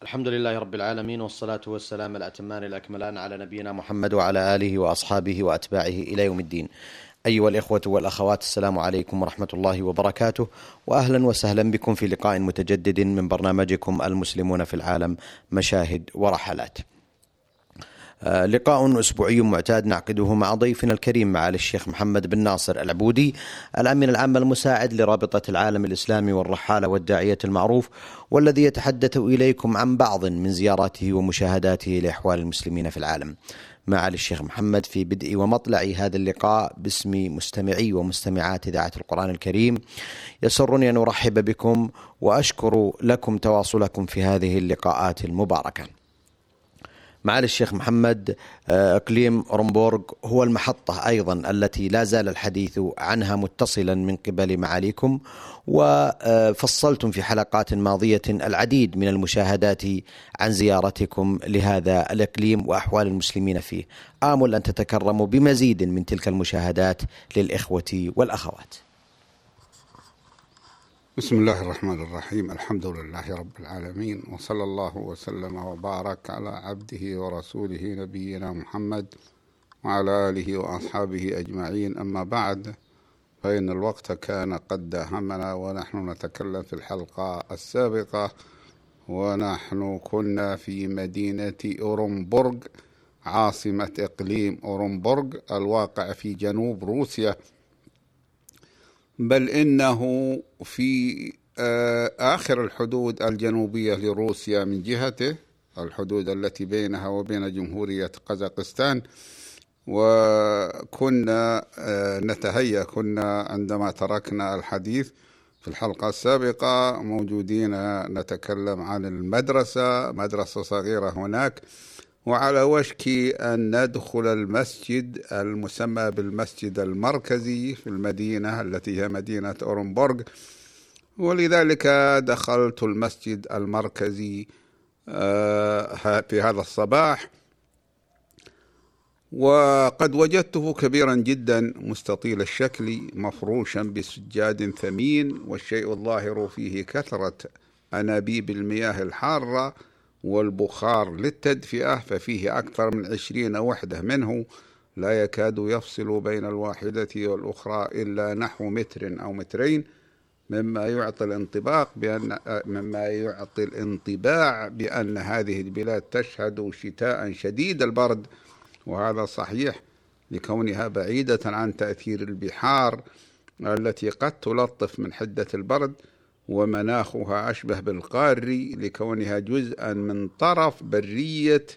الحمد لله رب العالمين، والصلاة والسلام الأتمان الأكملان على نبينا محمد وعلى آله وأصحابه وأتباعه إلى يوم الدين. أيها الإخوة والأخوات، السلام عليكم ورحمة الله وبركاته، وأهلا وسهلا بكم في لقاء متجدد من برنامجكم المسلمون في العالم، مشاهد ورحلات. لقاء أسبوعي معتاد نعقده مع ضيفنا الكريم معالي الشيخ محمد بن ناصر العبودي، الأمين العام المساعد لرابطة العالم الإسلامي والرحالة والداعية المعروف، والذي يتحدث إليكم عن بعض من زياراته ومشاهداته لأحوال المسلمين في العالم. معالي الشيخ محمد، في بدء ومطلع هذا اللقاء باسم مستمعي ومستمعات إذاعة القرآن الكريم، يسرني أن أرحب بكم وأشكر لكم تواصلكم في هذه اللقاءات المباركة. معالي الشيخ محمد، إقليم أورنبورغ هو المحطة أيضا التي لا زال الحديث عنها متصلا من قبل معاليكم، وفصلتم في حلقات ماضية العديد من المشاهدات عن زيارتكم لهذا الإقليم وأحوال المسلمين فيه. آمل أن تتكرموا بمزيد من تلك المشاهدات للإخوة والأخوات. بسم الله الرحمن الرحيم. الحمد لله رب العالمين، وصلى الله وسلم وبارك على عبده ورسوله نبينا محمد وعلى آله وأصحابه أجمعين. أما بعد، فإن الوقت كان قد داهمنا ونحن نتكلم في الحلقة السابقة، ونحن كنا في مدينة أورنبورغ، عاصمة إقليم أورنبورغ الواقع في جنوب روسيا، بل إنه في آخر الحدود الجنوبية لروسيا من جهته، الحدود التي بينها وبين جمهورية قزاقستان. وكنا كنا عندما تركنا الحديث في الحلقة السابقة موجودين نتكلم عن مدرسة صغيرة هناك، وعلى وشك أن ندخل المسجد المسمى بالمسجد المركزي في المدينة التي هي مدينة أورنبورغ، ولذلك دخلت المسجد المركزي في هذا الصباح، وقد وجدته كبيرا جدا مستطيل الشكل مفروشا بسجاد ثمين، والشيء الظاهر فيه كثرة أنابيب المياه الحارة والبخار للتدفئة، ففيه أكثر من 20 وحدة منه، لا يكاد يفصل بين الواحدة والأخرى إلا نحو متر أو مترين، مما يعطي الانطباع بأن هذه البلاد تشهد شتاء شديد البرد، وهذا صحيح لكونها بعيدة عن تأثير البحار التي قد تلطف من حدة البرد، ومناخها أشبه بالقاري لكونها جزءا من طرف برية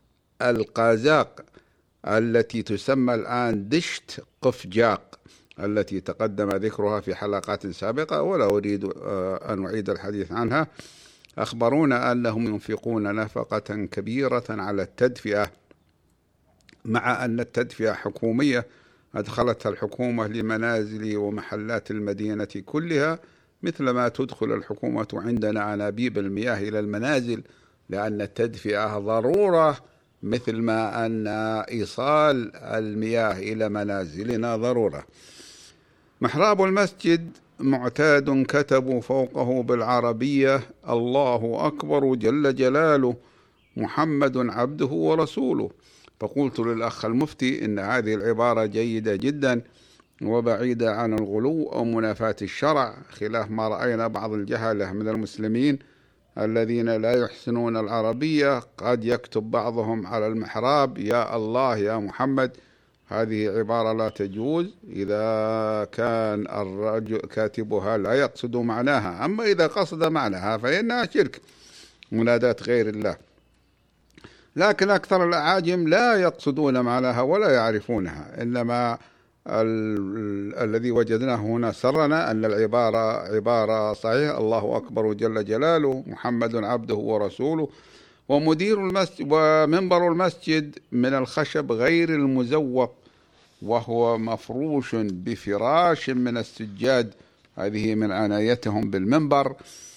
القازاق التي تسمى الآن دشت قفجاق، التي تقدم ذكرها في حلقات سابقة ولا أريد أن أعيد الحديث عنها. أخبرونا أنهم ينفقون نفقة كبيرة على التدفئة، مع أن التدفئة حكومية أدخلتها الحكومة لمنازل ومحلات المدينة كلها، مثل ما تدخل الحكومة عندنا أنابيب المياه إلى المنازل، لأن التدفئة ضرورة، مثل ما أن إيصال المياه إلى منازلنا ضرورة. محراب المسجد معتاد كتبوا فوقه بالعربية: الله أكبر جل جلاله، محمد عبده ورسوله. فقلت للأخ المفتي إن هذه العبارة جيدة جدا وبعيدة عن الغلو أو منافاة الشرع، خلاف ما رأينا بعض الجهلة من المسلمين الذين لا يحسنون العربية قد يكتب بعضهم على المحراب: يا الله يا محمد. هذه عبارة لا تجوز إذا كان الرجل كاتبها لا يقصد معناها، أما إذا قصد معناها فإنها شرك، مناداة غير الله. لكن أكثر الأعاجم لا يقصدون معناها ولا يعرفونها، إنما الذي وجدناه هنا سرنا أن العبارة عبارة صحيحة: الله أكبر جل جلاله، محمد عبده ورسوله. ومدير المسجد ومنبر المسجد من الخشب غير المزوق، وهو مفروش بفراش من السجاد، هذه من عنايتهم بالمنبر.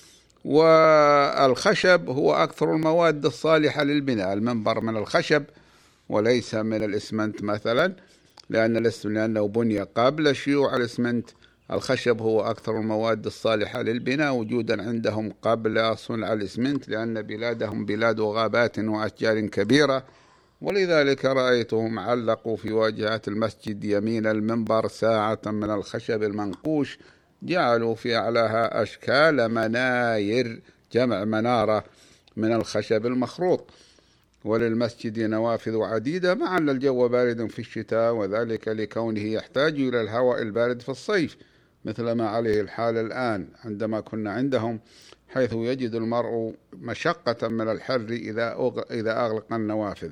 والخشب هو أكثر المواد الصالحة للبناء، المنبر من الخشب وليس من الإسمنت مثلا، لأنه بني قبل شيوع الإسمنت. الخشب هو أكثر المواد الصالحة للبناء وجودا عندهم قبل صنع الإسمنت، لأن بلادهم بلاد غابات وأشجار كبيرة، ولذلك رأيتهم علقوا في واجهة المسجد يمين المنبر ساعة من الخشب المنقوش، جعلوا في أعلاها أشكال مناير، جمع منارة، من الخشب المخروط. وللمسجد نوافذ عديدة، مع أن الجو بارد في الشتاء، وذلك لكونه يحتاج إلى الهواء البارد في الصيف، مثل ما عليه الحال الآن عندما كنا عندهم، حيث يجد المرء مشقة من الحر إذا أغلق النوافذ.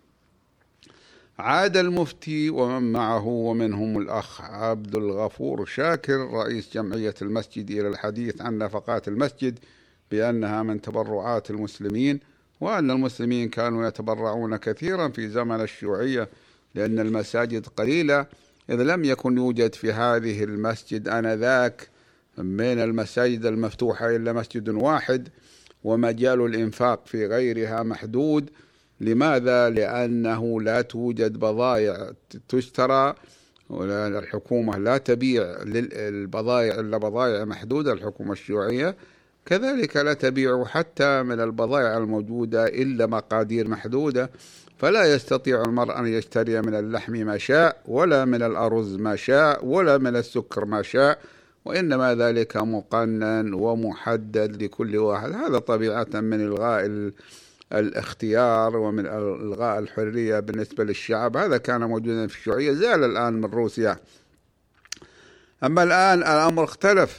عاد المفتي ومن معه ومنهم الأخ عبد الغفور شاكر رئيس جمعية المسجد إلى الحديث عن نفقات المسجد بأنها من تبرعات المسلمين، وأن المسلمين كانوا يتبرعون كثيرا في زمن الشيوعية، لأن المساجد قليلة، إذ لم يكن يوجد في هذه المسجد آنذاك من المساجد المفتوحة إلا مسجد واحد، ومجال الإنفاق في غيرها محدود. لماذا؟ لأنه لا توجد بضائع تشترى، الحكومة لا تبيع البضائع إلا بضائع محدودة، الحكومة الشيوعية كذلك لا تبيع حتى من البضائع الموجودة إلا مقادير محدودة، فلا يستطيع المرء أن يشتري من اللحم ما شاء، ولا من الأرز ما شاء، ولا من السكر ما شاء، وإنما ذلك مقنن ومحدد لكل واحد. هذا طبيعة من إلغاء الاختيار ومن إلغاء الحرية بالنسبة للشعب. هذا كان موجودا في الشيوعية، زال الآن من روسيا. أما الآن الأمر اختلف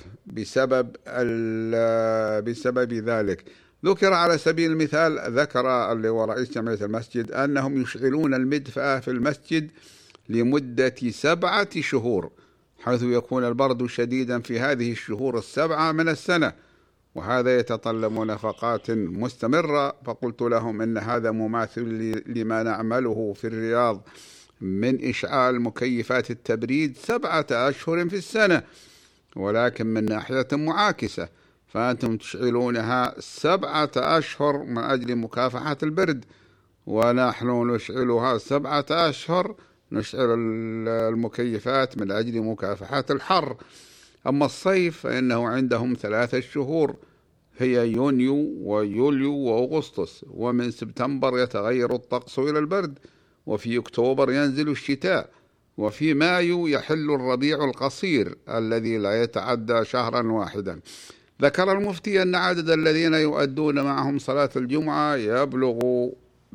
بسبب ذلك. ذكر على سبيل المثال، ذكر اللي هو رئيس جمعية المسجد أنهم يشعلون المدفأة في المسجد لمدة 7 شهور، حيث يكون البرد شديدا في هذه الشهور 7 من السنة، وهذا يتطلب نفقات مستمرة. فقلت لهم إن هذا مماثل لما نعمله في الرياض من إشعال مكيفات التبريد 7 أشهر في السنة، ولكن من ناحية معاكسة، فأنتم تشعلونها 7 أشهر من أجل مكافحة البرد، ونحن نشعلها 7 أشهر نشعل المكيفات من أجل مكافحة الحر. أما الصيف فإنه عندهم 3 شهور، هي يونيو ويوليو وأغسطس، ومن سبتمبر يتغير الطقس إلى البرد، وفي أكتوبر ينزل الشتاء، وفي مايو يحل الربيع القصير الذي لا يتعدى شهرا واحدا. ذكر المفتي أن عدد الذين يؤدون معهم صلاة الجمعة يبلغ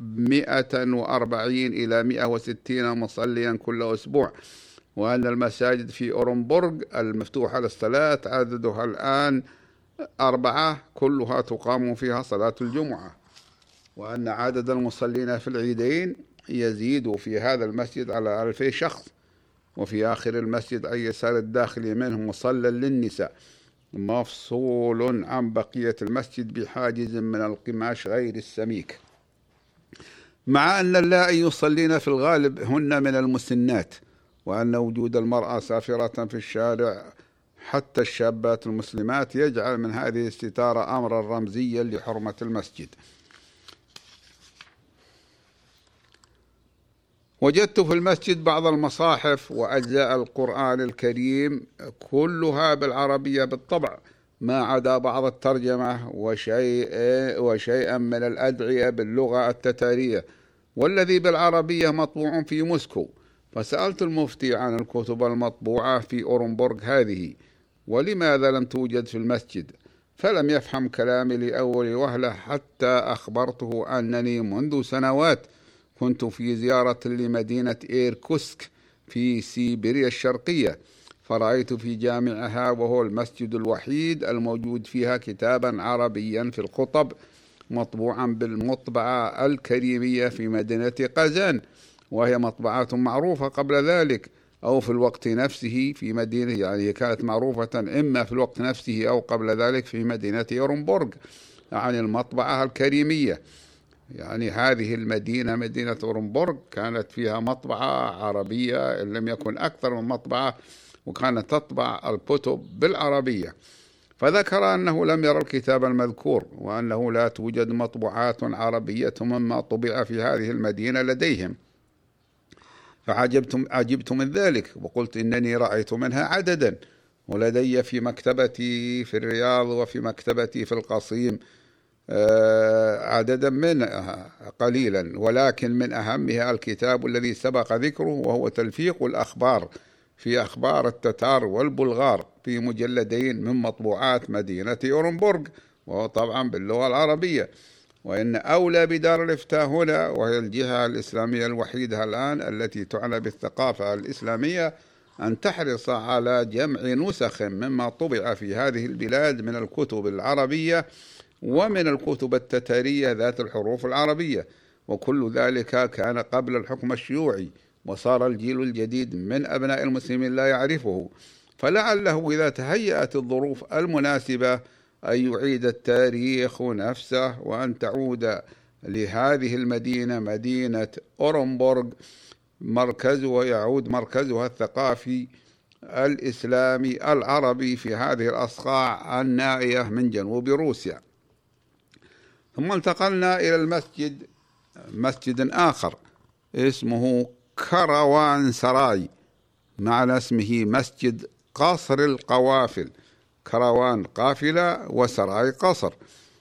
140 إلى 160 مصليا كل أسبوع، وأن المساجد في أورنبورغ المفتوحة للصلاة عددها الآن 4 كلها تقام فيها صلاة الجمعة، وأن عدد المصلين في العيدين يزيد في هذا المسجد على 2000 شخص. وفي آخر المسجد أي يسار الداخلي منه مصلى للنساء مفصول عن بقية المسجد بحاجز من القماش غير السميك، مع أن اللائي يصلين في الغالب هن من المسنات، وأن وجود المرأة سافرة في الشارع حتى الشابات المسلمات يجعل من هذه الستارة أمرا رمزيا لحرمة المسجد. وجدت في المسجد بعض المصاحف وأجزاء القرآن الكريم كلها بالعربية بالطبع، ما عدا بعض الترجمة وشيئا من الأدعية باللغة التتارية، والذي بالعربية مطبوع في موسكو. فسألت المفتي عن الكتب المطبوعة في أورنبورغ هذه، ولماذا لم توجد في المسجد؟ فلم يفهم كلامي لأول وهلة، حتى أخبرته أنني منذ سنوات كنت في زيارة لمدينة إيركوتسك في سيبيريا الشرقية، فرأيت في جامعها، وهو المسجد الوحيد الموجود فيها، كتابا عربيا في الخطب مطبوعا بالمطبعة الكريمية في مدينة قازان، وهي مطبعة معروفة قبل ذلك أو في الوقت نفسه في مدينة، يعني كانت معروفة إما في الوقت نفسه أو قبل ذلك في مدينة أورنبورغ، يعني المطبعة الكريمية. يعني هذه المدينة، مدينة أورنبورغ، كانت فيها مطبعة عربية إن لم يكن أكثر من مطبعة، وكانت تطبع الكتب بالعربية. فذكر أنه لم يرى الكتاب المذكور، وأنه لا توجد مطبوعات عربية مما طبع في هذه المدينة لديهم. فعجبت من ذلك، وقلت إنني رأيت منها عددا، ولدي في مكتبتي في الرياض وفي مكتبتي في القصيم عددا منها قليلا، ولكن من أهمها الكتاب الذي سبق ذكره، وهو تلفيق الأخبار في أخبار التتار والبلغار في مجلدين من مطبوعات مدينة أورنبورغ، وهو طبعا باللغة العربية. وإن أولى بدار الإفتاء هنا، وهي الجهة الإسلامية الوحيدة الآن التي تعنى بالثقافة الإسلامية، أن تحرص على جمع نسخ مما طبع في هذه البلاد من الكتب العربية ومن الكتب التتارية ذات الحروف العربية، وكل ذلك كان قبل الحكم الشيوعي، وصار الجيل الجديد من أبناء المسلمين لا يعرفه، فلعله إذا تهيأت الظروف المناسبة أن يعيد التاريخ نفسه، وأن تعود لهذه المدينة مدينة أورنبورغ يعود مركزها الثقافي الإسلامي العربي في هذه الأصقاع النائية من جنوب روسيا. ثم انتقلنا إلى مسجد آخر اسمه كاروان سراي، معنى اسمه مسجد قصر القوافل، كاروان قافلة وسراي قصر.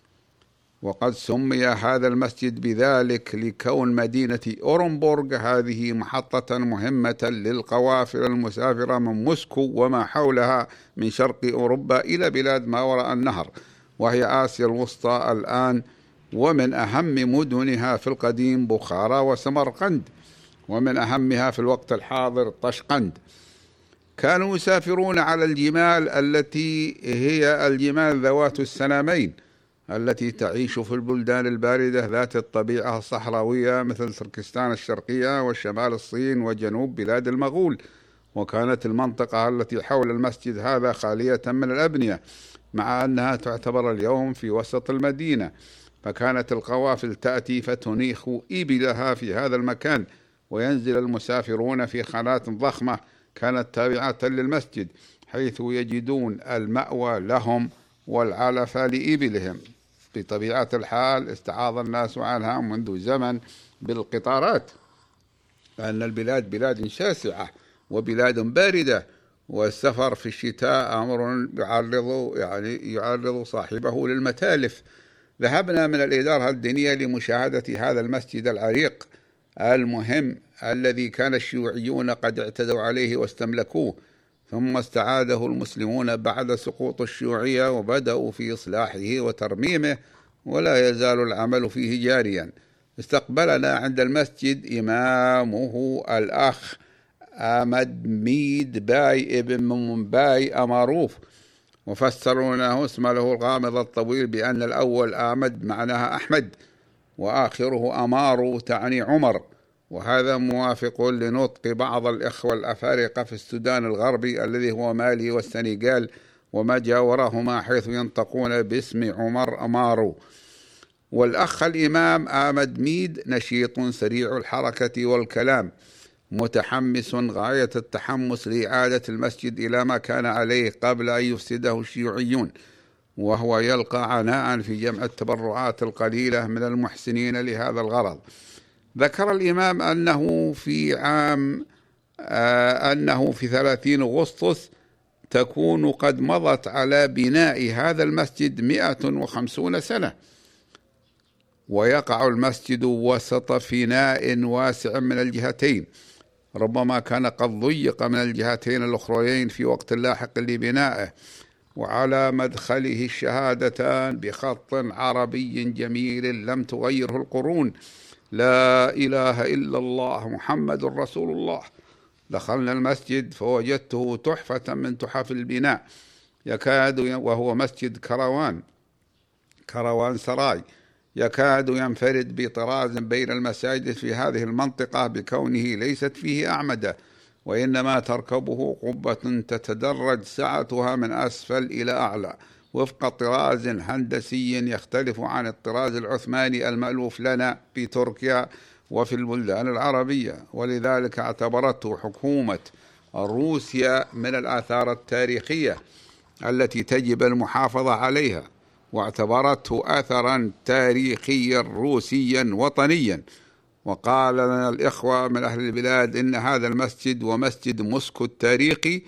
وقد سمي هذا المسجد بذلك لكون مدينة أورنبورغ هذه محطة مهمة للقوافل المسافرة من موسكو وما حولها من شرق أوروبا إلى بلاد ما وراء النهر، وهي آسيا الوسطى الآن. ومن أهم مدنها في القديم بخارى وسمرقند، ومن أهمها في الوقت الحاضر طشقند. كانوا يسافرون على الجمال التي هي الجمال ذوات السنامين التي تعيش في البلدان الباردة ذات الطبيعة الصحراوية مثل تركستان الشرقية وشمال الصين وجنوب بلاد المغول. وكانت المنطقة التي حول المسجد هذا خالية من الأبنية، مع أنها تعتبر اليوم في وسط المدينة، فكانت القوافل تأتي فتنيخ إبلها في هذا المكان، وينزل المسافرون في خانات ضخمة كانت تابعة للمسجد، حيث يجدون المأوى لهم والعلف لإبلهم. بطبيعة الحال استعاض الناس عنها منذ زمن بالقطارات، لأن البلاد بلاد شاسعة وبلاد باردة، والسفر في الشتاء أمر يعرض صاحبه للمتالف. ذهبنا من الإدارة الدينية لمشاهدة هذا المسجد العريق المهم الذي كان الشيوعيون قد اعتدوا عليه واستملكوه، ثم استعاده المسلمون بعد سقوط الشيوعية وبدأوا في إصلاحه وترميمه، ولا يزال العمل فيه جاريا. استقبلنا عند المسجد إمامه الأخ آمد ميد باي ابن مومباي أماروف، وفسرونه اسم له الغامض الطويل بأن الأول آمد معناها أحمد، وآخره أمارو تعني عمر، وهذا موافق لنطق بعض الإخوة الأفارقة في السودان الغربي الذي هو مالي والسنغال وما جاورهما، حيث ينطقون باسم عمر أمارو. والأخ الإمام آمد ميد نشيط سريع الحركة والكلام، متحمس غاية التحمس لإعادة المسجد إلى ما كان عليه قبل أن يفسده الشيوعيون، وهو يلقى عناء في جمع التبرعات القليلة من المحسنين لهذا الغرض. ذكر الإمام أنه في 30 أغسطس تكون قد مضت على بناء هذا المسجد 150 سنة، ويقع المسجد وسط فناء واسع من الجهتين، ربما كان قد ضيق من الجهتين الأخريين في وقت لاحق لبنائه. وعلى مدخله الشهادتان بخط عربي جميل لم تغيره القرون: لا إله إلا الله محمد رسول الله. دخلنا المسجد فوجدته تحفة من تحف البناء، وهو مسجد كاروان سراي، يكاد ينفرد بطراز بين المساجد في هذه المنطقة، بكونه ليست فيه أعمدة، وإنما تركبه قبة تتدرج سعتها من أسفل إلى أعلى وفق طراز هندسي يختلف عن الطراز العثماني المألوف لنا في تركيا وفي البلدان العربية. ولذلك اعتبرته حكومة روسيا من الآثار التاريخية التي تجب المحافظة عليها، واعتبرته أثرا تاريخيا روسيا وطنيا. وقال لنا الإخوة من أهل البلاد إن هذا المسجد ومسجد موسكو التاريخي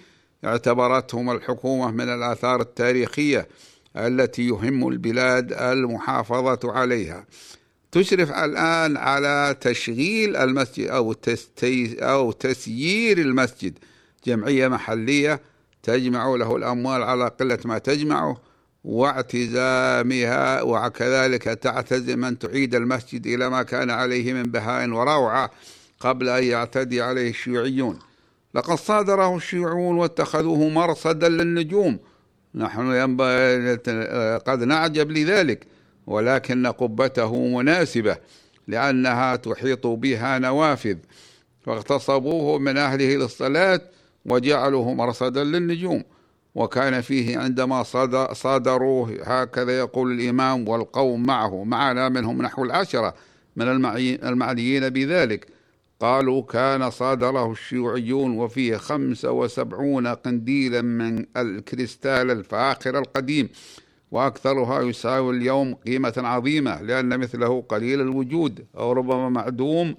اعتبرتهم الحكومة من الآثار التاريخية التي يهم البلاد المحافظة عليها. تشرف الآن على تشغيل المسجد أو تسيير المسجد جمعية محلية تجمع له الأموال على قلة ما تجمعه، واعتزامها، وكذلك تعتزم أن تعيد المسجد إلى ما كان عليه من بهاء وروعة قبل أن يعتدي عليه الشيوعيون. لقد صادره الشيوعيون واتخذوه مرصدا للنجوم. نحن قد نعجب لذلك، ولكن قبته مناسبة لأنها تحيط بها نوافذ، فاغتصبوه من أهله للصلاة وجعلوه مرصدا للنجوم. وكان فيه عندما صادروه هكذا يقول الإمام والقوم معه، معنا منهم نحو 10 من المعنيين بذلك، قالوا كان صادره الشيوعيون وفيه 75 قنديلا من الكريستال الفاخر القديم، وأكثرها يساوي اليوم قيمة عظيمة، لأن مثله قليل الوجود أو ربما معدوم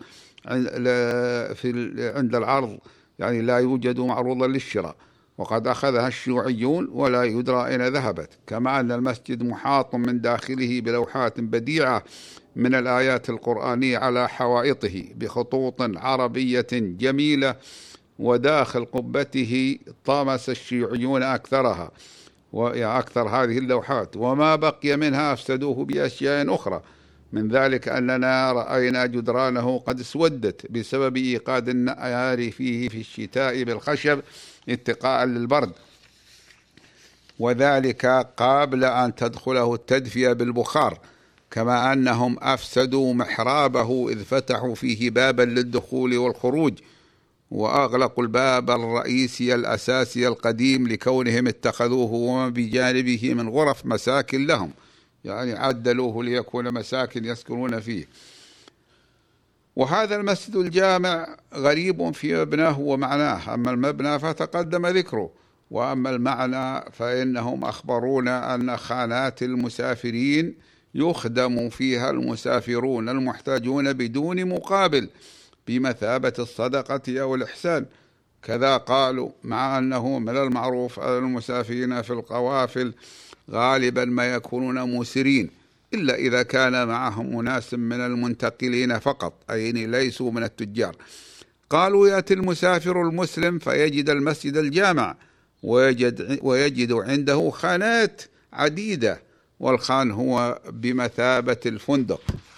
عند العرض، يعني لا يوجد معروضا للشراء. وقد أخذها الشيوعيون ولا يدرى أين ذهبت. كما أن المسجد محاط من داخله بلوحات بديعة من الآيات القرآنية على حوائطه بخطوط عربية جميلة، وداخل قبته طامس الشيوعيون أكثرها وأكثر هذه اللوحات، وما بقي منها أفسدوه بأشياء أخرى. من ذلك أننا رأينا جدرانه قد اسودت بسبب إيقاد النار فيه في الشتاء بالخشب اتقاء للبرد، وذلك قبل أن تدخله التدفئة بالبخار. كما أنهم أفسدوا محرابه إذ فتحوا فيه بابا للدخول والخروج، وأغلقوا الباب الرئيسي الأساسي القديم لكونهم اتخذوه وما بجانبه من غرف مساكن لهم، يعني عدلوه ليكون مساكن يسكنون فيه. وهذا المسجد الجامع غريب في مبناه ومعناه، أما المبنى فتقدم ذكره، وأما المعنى فإنهم أخبرونا أن خانات المسافرين يخدم فيها المسافرون المحتاجون بدون مقابل بمثابة الصدقة أو الإحسان. كذا قالوا، مع أنه من المعروف أن المسافرين في القوافل غالبا ما يكونون مسرين، إلا إذا كان معهم أناس من المنتقلين فقط، أي ليسوا من التجار. قالوا يأتي المسافر المسلم فيجد المسجد الجامع ويجد عنده خانات عديدة، والخان هو بمثابة الفندق،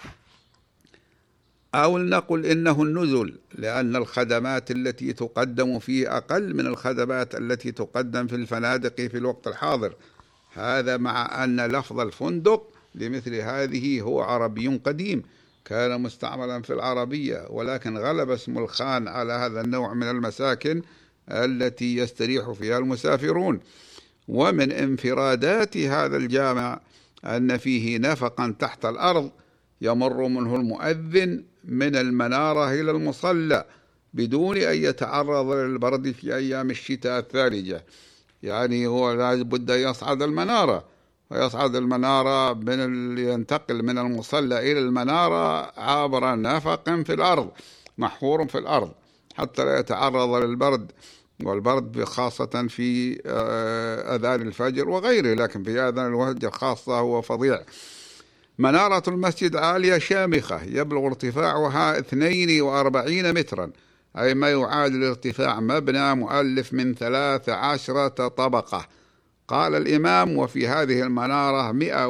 أو لنقل إنه النزل، لأن الخدمات التي تقدم فيه أقل من الخدمات التي تقدم في الفنادق في الوقت الحاضر. هذا مع أن لفظ الفندق لمثل هذه هو عربي قديم كان مستعملا في العربية، ولكن غلب اسم الخان على هذا النوع من المساكن التي يستريح فيها المسافرون. ومن انفرادات هذا الجامع أن فيه نفقا تحت الأرض يمر منه المؤذن من المنارة إلى المصلى بدون أن يتعرض للبرد في أيام الشتاء الثلجة. يعني هو لابد أن يصعد المنارة، ويصعد المنارة ينتقل من المصلى إلى المنارة عبر نفق في الأرض محفور في الأرض حتى لا يتعرض للبرد، والبرد خاصة في أذان الفجر وغيره، لكن في أذان الفجر خاصة هو فظيع. منارة المسجد عالية شامخة يبلغ ارتفاعها 42 مترا، أي ما يعادل ارتفاع مبنى مؤلف من 13 طبقة. قال الإمام: وفي هذه المنارة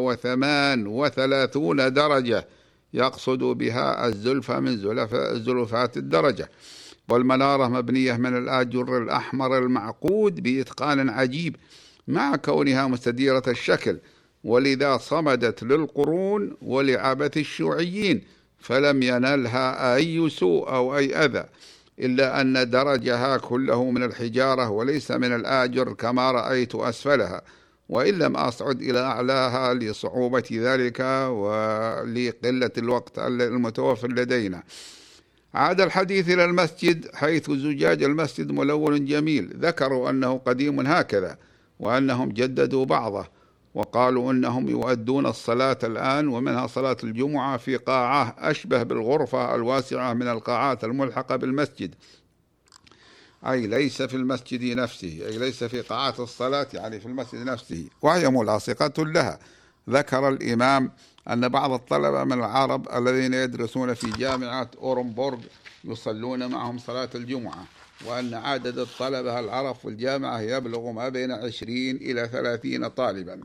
138 درجة يقصد بها الزلفة من زلفات الدرجة، والمنارة مبنية من الآجر الأحمر المعقود بإتقان عجيب مع كونها مستديرة الشكل، ولذا صمدت للقرون ولعبث الشيوعيين، فلم ينلها أي سوء أو أي أذى، إلا أن درجها كله من الحجارة وليس من الآجر كما رأيت أسفلها، وإن لم أصعد إلى أعلاها لصعوبة ذلك ولقلة الوقت المتوفر لدينا. عاد الحديث إلى المسجد، حيث زجاج المسجد ملون جميل. ذكروا أنه قديم هكذا، وأنهم جددوا بعضه، وقالوا أنهم يؤدون الصلاة الآن ومنها صلاة الجمعة في قاعة أشبه بالغرفة الواسعة من القاعات الملحقة بالمسجد. أي ليس في المسجد نفسه، أي ليس في قاعات الصلاة، يعني في المسجد نفسه، وهي ملاصقة لها. ذكر الإمام أن بعض الطلبة من العرب الذين يدرسون في جامعة أورنبورغ يصلون معهم صلاة الجمعة، وأن عدد الطلبة العرب في الجامعة يبلغ ما بين 20 إلى 30 طالبا.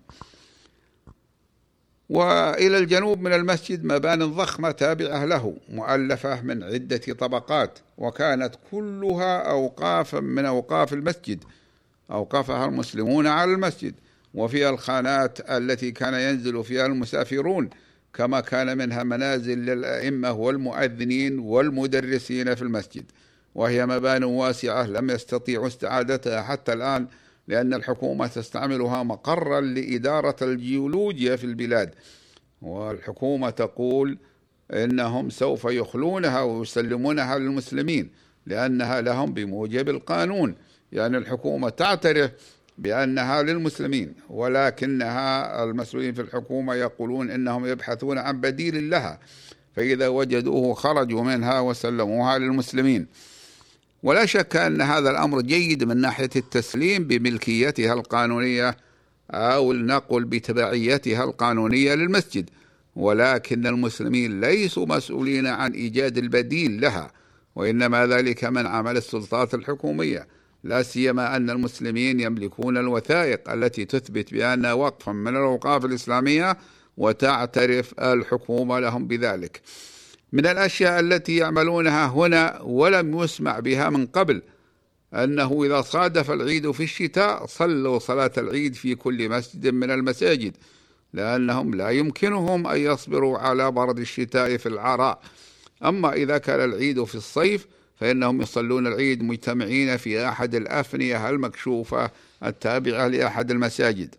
وإلى الجنوب من المسجد مبانٍ ضخمة تابعة له مؤلفة من عدة طبقات، وكانت كلها أوقافا من أوقاف المسجد، أوقفها المسلمون على المسجد، وفيها الخانات التي كان ينزل فيها المسافرون، كما كان منها منازل للأئمة والمؤذنين والمدرسين في المسجد. وهي مبان واسعة لم يستطيعوا استعادتها حتى الآن، لأن الحكومة تستعملها مقرا لإدارة الجيولوجيا في البلاد، والحكومة تقول إنهم سوف يخلونها ويسلمونها للمسلمين لأنها لهم بموجب القانون. يعني الحكومة تعترف بأنها للمسلمين، ولكنها المسؤولين في الحكومة يقولون إنهم يبحثون عن بديل لها، فإذا وجدوه خرجوا منها وسلموها للمسلمين. ولا شك أن هذا الأمر جيد من ناحية التسليم بملكيتها القانونية أو النقل بتبعيتها القانونية للمسجد، ولكن المسلمين ليسوا مسؤولين عن إيجاد البديل لها، وإنما ذلك من عمل السلطات الحكومية، لا سيما أن المسلمين يملكون الوثائق التي تثبت بأن وقفا من الأوقاف الإسلامية، وتعترف الحكومة لهم بذلك. من الأشياء التي يعملونها هنا ولم يسمع بها من قبل أنه إذا صادف العيد في الشتاء صلوا صلاة العيد في كل مسجد من المساجد، لأنهم لا يمكنهم أن يصبروا على برد الشتاء في العراء. أما إذا كان العيد في الصيف فإنهم يصلون العيد مجتمعين في أحد الأفنية المكشوفة التابعة لأحد المساجد.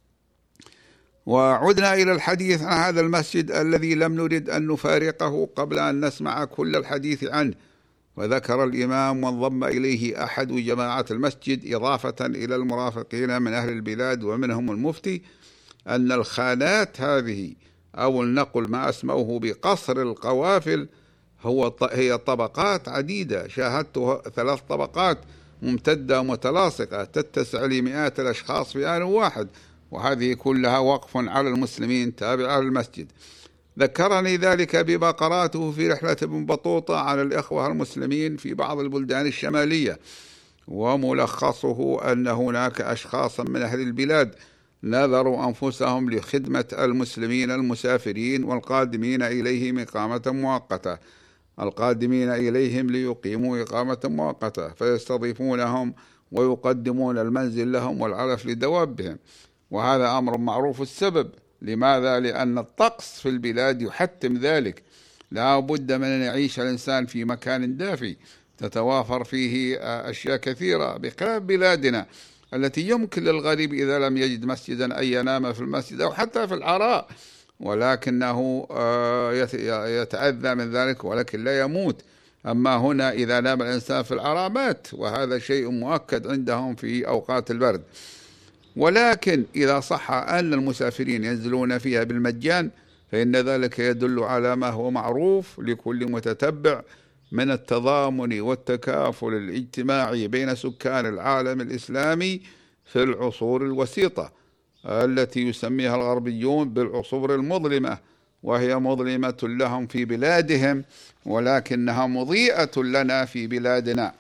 وعدنا إلى الحديث عن هذا المسجد الذي لم نرد أن نفارقه قبل أن نسمع كل الحديث عنه. وذكر الإمام وانضم إليه أحد جماعة المسجد إضافة إلى المرافقين من أهل البلاد ومنهم المفتي أن الخانات هذه أو النقل ما أسموه بقصر القوافل هي طبقات عديدة. شاهدت 3 طبقات ممتدة متلاصقة تتسع لمئات الأشخاص في آن واحد، وهذه كلها وقف على المسلمين تابعة للمسجد. ذكرني ذلك بما قرأته في رحلة ابن بطوطة على الإخوة المسلمين في بعض البلدان الشمالية، وملخصه أن هناك أشخاصا من أهل البلاد نذروا أنفسهم لخدمة المسلمين المسافرين والقادمين إليهم إقامة مؤقتة، القادمين إليهم ليقيموا إقامة مؤقتة، فيستضيفونهم ويقدمون المنزل لهم والعلف لدوابهم. وهذا أمر معروف السبب. لماذا؟ لأن الطقس في البلاد يحتم ذلك. لا بد من أن يعيش الإنسان في مكان دافئ تتوافر فيه أشياء كثيرة، بخلاف بلادنا التي يمكن للغريب إذا لم يجد مسجدا أن ينام في المسجد أو حتى في العراء، ولكنه يتأذى من ذلك ولكن لا يموت. أما هنا إذا نام الإنسان في العراء مات، وهذا شيء مؤكد عندهم في أوقات البرد. ولكن إذا صح أن المسافرين ينزلون فيها بالمجان فإن ذلك يدل على ما هو معروف لكل متتبع من التضامن والتكافل الاجتماعي بين سكان العالم الإسلامي في العصور الوسيطة التي يسميها الغربيون بالعصور المظلمة، وهي مظلمة لهم في بلادهم ولكنها مضيئة لنا في بلادنا.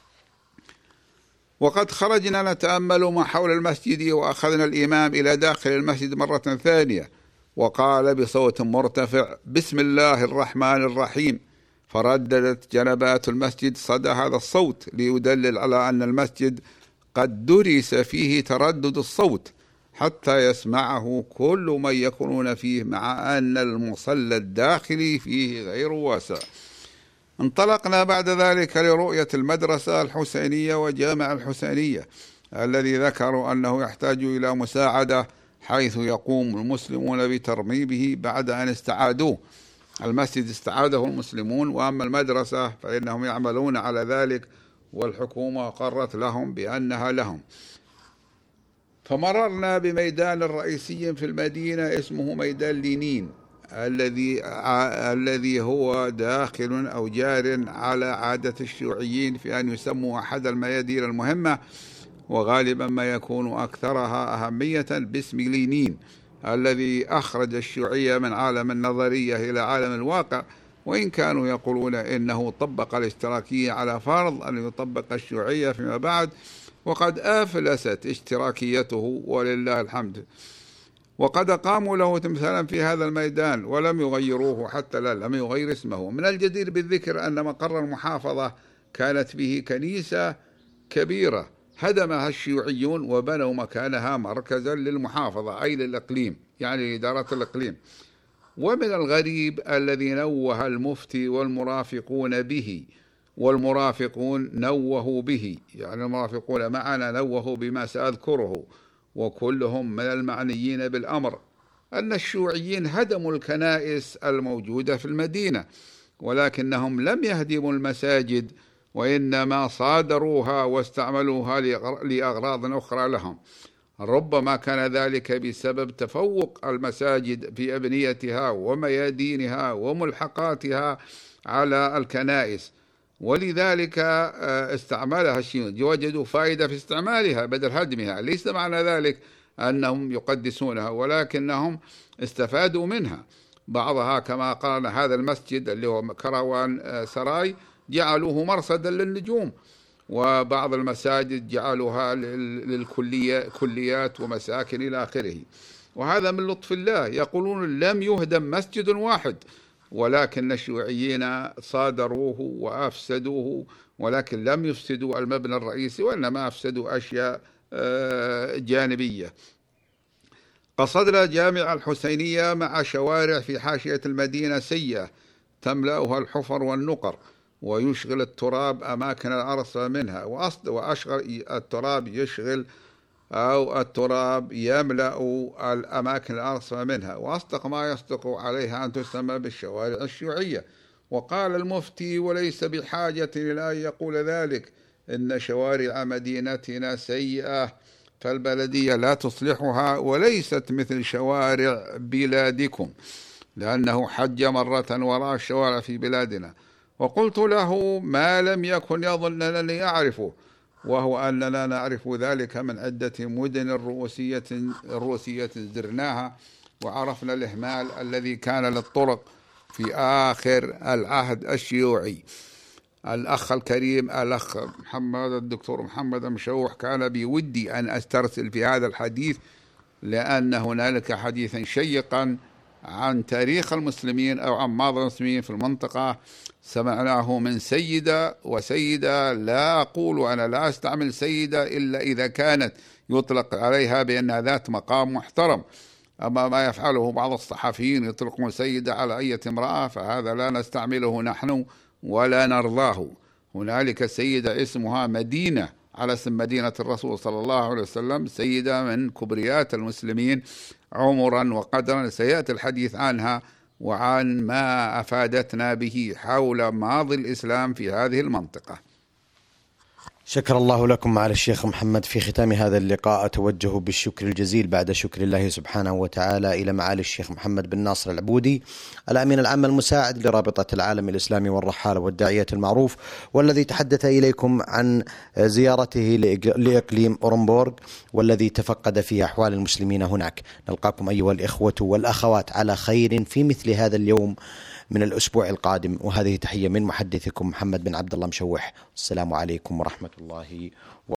وقد خرجنا نتأمل ما حول المسجد، وأخذنا الإمام إلى داخل المسجد مرة ثانية، وقال بصوت مرتفع: بسم الله الرحمن الرحيم. فرددت جنبات المسجد صدى هذا الصوت ليدلل على أن المسجد قد درس فيه تردد الصوت حتى يسمعه كل من يكونون فيه، مع أن المصلى الداخلي فيه غير واسع. انطلقنا بعد ذلك لرؤية المدرسة الحسينية وجامع الحسينية الذي ذكروا أنه يحتاج إلى مساعدة، حيث يقوم المسلمون بترميمه بعد أن استعادوه. المسجد استعاده المسلمون، وأما المدرسة فإنهم يعملون على ذلك، والحكومة قررت لهم بأنها لهم. فمررنا بميدان رئيسي في المدينة اسمه ميدان لينين، الذي هو داخل أو جار على عادة الشيوعيين في أن يسموا أحد الميادين المهمة، وغالبا ما يكون أكثرها أهمية، باسم لينين الذي أخرج الشيوعية من عالم النظرية إلى عالم الواقع، وإن كانوا يقولون إنه طبق الاشتراكية على فرض أن يطبق الشيوعية فيما بعد، وقد أفلست اشتراكيته ولله الحمد. وقد قاموا له تمثالا في هذا الميدان ولم يغيروه، حتى لم يغير اسمه. من الجدير بالذكر أن مقر المحافظة كانت به كنيسة كبيرة هدمها الشيوعيون وبنوا مكانها مركزا للمحافظة، أي للإقليم، يعني لإدارة الإقليم. ومن الغريب الذي نوه المفتي والمرافقون به، والمرافقون نوهوا به، يعني المرافقون معنا نوهوا بما سأذكره، وكلهم من المعنيين بالأمر، أن الشيوعيين هدموا الكنائس الموجودة في المدينة، ولكنهم لم يهدموا المساجد، وإنما صادروها واستعملوها لأغراض أخرى لهم. ربما كان ذلك بسبب تفوق المساجد في أبنيتها وميادينها وملحقاتها على الكنائس، ولذلك استعملها الشيوعيون، وجدوا فائدة في استعمالها بدل هدمها. ليس معنى ذلك أنهم يقدسونها، ولكنهم استفادوا منها. بعضها كما قال هذا المسجد اللي هو كروان سراي جعلوه مرصدا للنجوم، وبعض المساجد جعلوها للكليات ومساكن إلى آخره. وهذا من لطف الله. يقولون لم يهدم مسجد واحد، ولكن الشيوعيين صادروه وأفسدوه، ولكن لم يفسدوا المبنى الرئيسي، وإنما أفسدوا أشياء جانبية. قصدنا جامع الحسينية مع شوارع في حاشية المدينة سيئة تملأها الحفر والنقر، ويشغل التراب أماكن الأرصفة منها، وأشغل التراب يشغل أو التراب يملأ الأماكن الأرصفة منها، وأصدق ما يصدق عليها أن تسمى بالشوارع الشيوعية. وقال المفتي وليس بحاجة إلى أن يقول ذلك، إن شوارع مدينتنا سيئة فالبلدية لا تصلحها، وليست مثل شوارع بلادكم، لأنه حج مرة ورأى الشوارع في بلادنا. وقلت له ما لم يكن يظن أنني أعرفه، وهو أننا نعرف ذلك من عدة مدن الروسية زرناها، وعرفنا الإهمال الذي كان للطرق في آخر العهد الشيوعي. الأخ الكريم الأخ الدكتور محمد مشوح كان بودي أن أسترسل في هذا الحديث، لأن هنالك حديثا شيقا عن تاريخ المسلمين أو عن ماضي المسلمين في المنطقة سمعناه من سيدة وسيدة. لا أقول أنا لا أستعمل سيدة إلا إذا كانت يطلق عليها بأنها ذات مقام محترم، أما ما يفعله بعض الصحفيين يطلقون سيدة على أي امرأة فهذا لا نستعمله نحن ولا نرضاه. هنالك سيدة اسمها مدينة على اسم مدينة الرسول صلى الله عليه وسلم، سيدة من كبريات المسلمين عمرا وقدرا، سيأتي الحديث عنها وعن ما أفادتنا به حول ماضي الإسلام في هذه المنطقة. شكر الله لكم معالي الشيخ محمد. في ختام هذا اللقاء أتوجه بالشكر الجزيل بعد شكر الله سبحانه وتعالى إلى معالي الشيخ محمد بن ناصر العبودي، الأمين العام المساعد لرابطة العالم الإسلامي والرحالة والداعية المعروف، والذي تحدث إليكم عن زيارته لإقليم أورنبورغ والذي تفقد فيه أحوال المسلمين هناك. نلقاكم أيها الإخوة والأخوات على خير في مثل هذا اليوم من الأسبوع القادم، وهذه تحية من محدثكم محمد بن عبد الله مشوح. السلام عليكم ورحمة الله وبركاته.